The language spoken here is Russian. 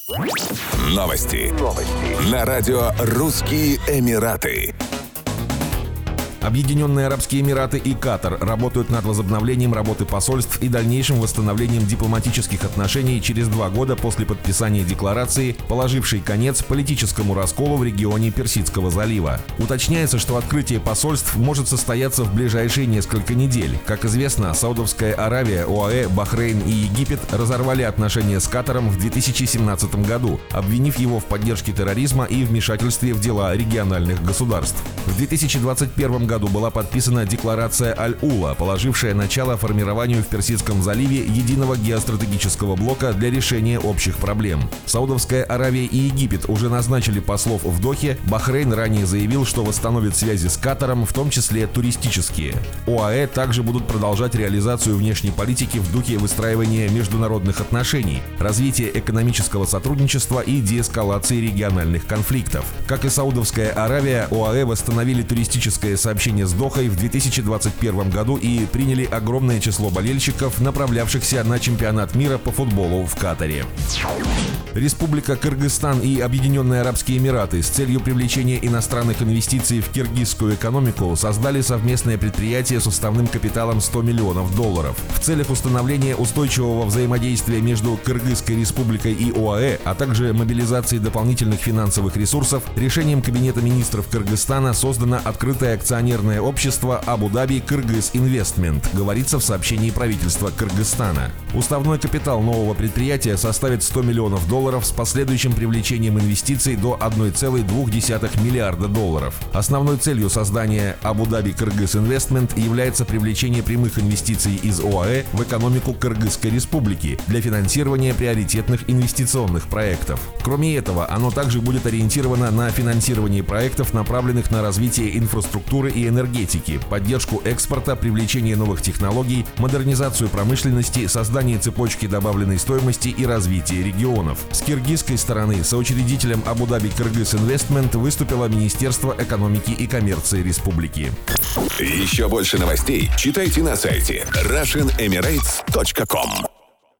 Новости. На радио «Русские Эмираты». Объединенные Арабские Эмираты и Катар работают над возобновлением работы посольств и дальнейшим восстановлением дипломатических отношений через 2 года после подписания декларации, положившей конец политическому расколу в регионе Персидского залива. Уточняется, что открытие посольств может состояться в ближайшие несколько недель. Как известно, Саудовская Аравия, ОАЭ, Бахрейн и Египет разорвали отношения с Катаром в 2017 году, обвинив его в поддержке терроризма и вмешательстве в дела региональных государств. В 2021 году была подписана декларация Аль-Ула, положившая начало формированию в Персидском заливе единого геостратегического блока для решения общих проблем. Саудовская Аравия и Египет уже назначили послов в Дохе. Бахрейн ранее заявил, что восстановит связи с Катаром, в том числе туристические. ОАЭ также будут продолжать реализацию внешней политики в духе выстраивания международных отношений, развития экономического сотрудничества и деэскалации региональных конфликтов. Как и Саудовская Аравия, ОАЭ восстановили туристическое сообщение с Дохой в 2021 году и приняли огромное число болельщиков, направлявшихся на чемпионат мира по футболу в Катаре. Республика Кыргызстан и Объединенные Арабские Эмираты с целью привлечения иностранных инвестиций в киргизскую экономику создали совместное предприятие с уставным капиталом $100 миллионов. В целях установления устойчивого взаимодействия между Кыргызской республикой и ОАЭ, а также мобилизации дополнительных финансовых ресурсов, решением Кабинета министров Кыргызстана создано открытое акционерное общество Абу-Даби Кыргыз Инвестмент, говорится в сообщении правительства Кыргызстана. Уставной капитал нового предприятия составит $100 миллионов с последующим привлечением инвестиций до $1,2 миллиарда. Основной целью создания Абу-Даби Кыргыз Инвестмент является привлечение прямых инвестиций из ОАЭ в экономику Кыргызской республики для финансирования приоритетных инвестиционных проектов. Кроме этого, оно также будет ориентировано на финансирование проектов, направленных на развитие инфраструктуры и энергетики, поддержку экспорта, привлечение новых технологий, модернизацию промышленности, создание цепочки добавленной стоимости и развитие регионов. С киргизской стороны соучредителем Абу-Даби Кыргыз Инвестмент выступило Министерство экономики и коммерции республики. Еще больше новостей читайте на сайте RussianEmirates.com.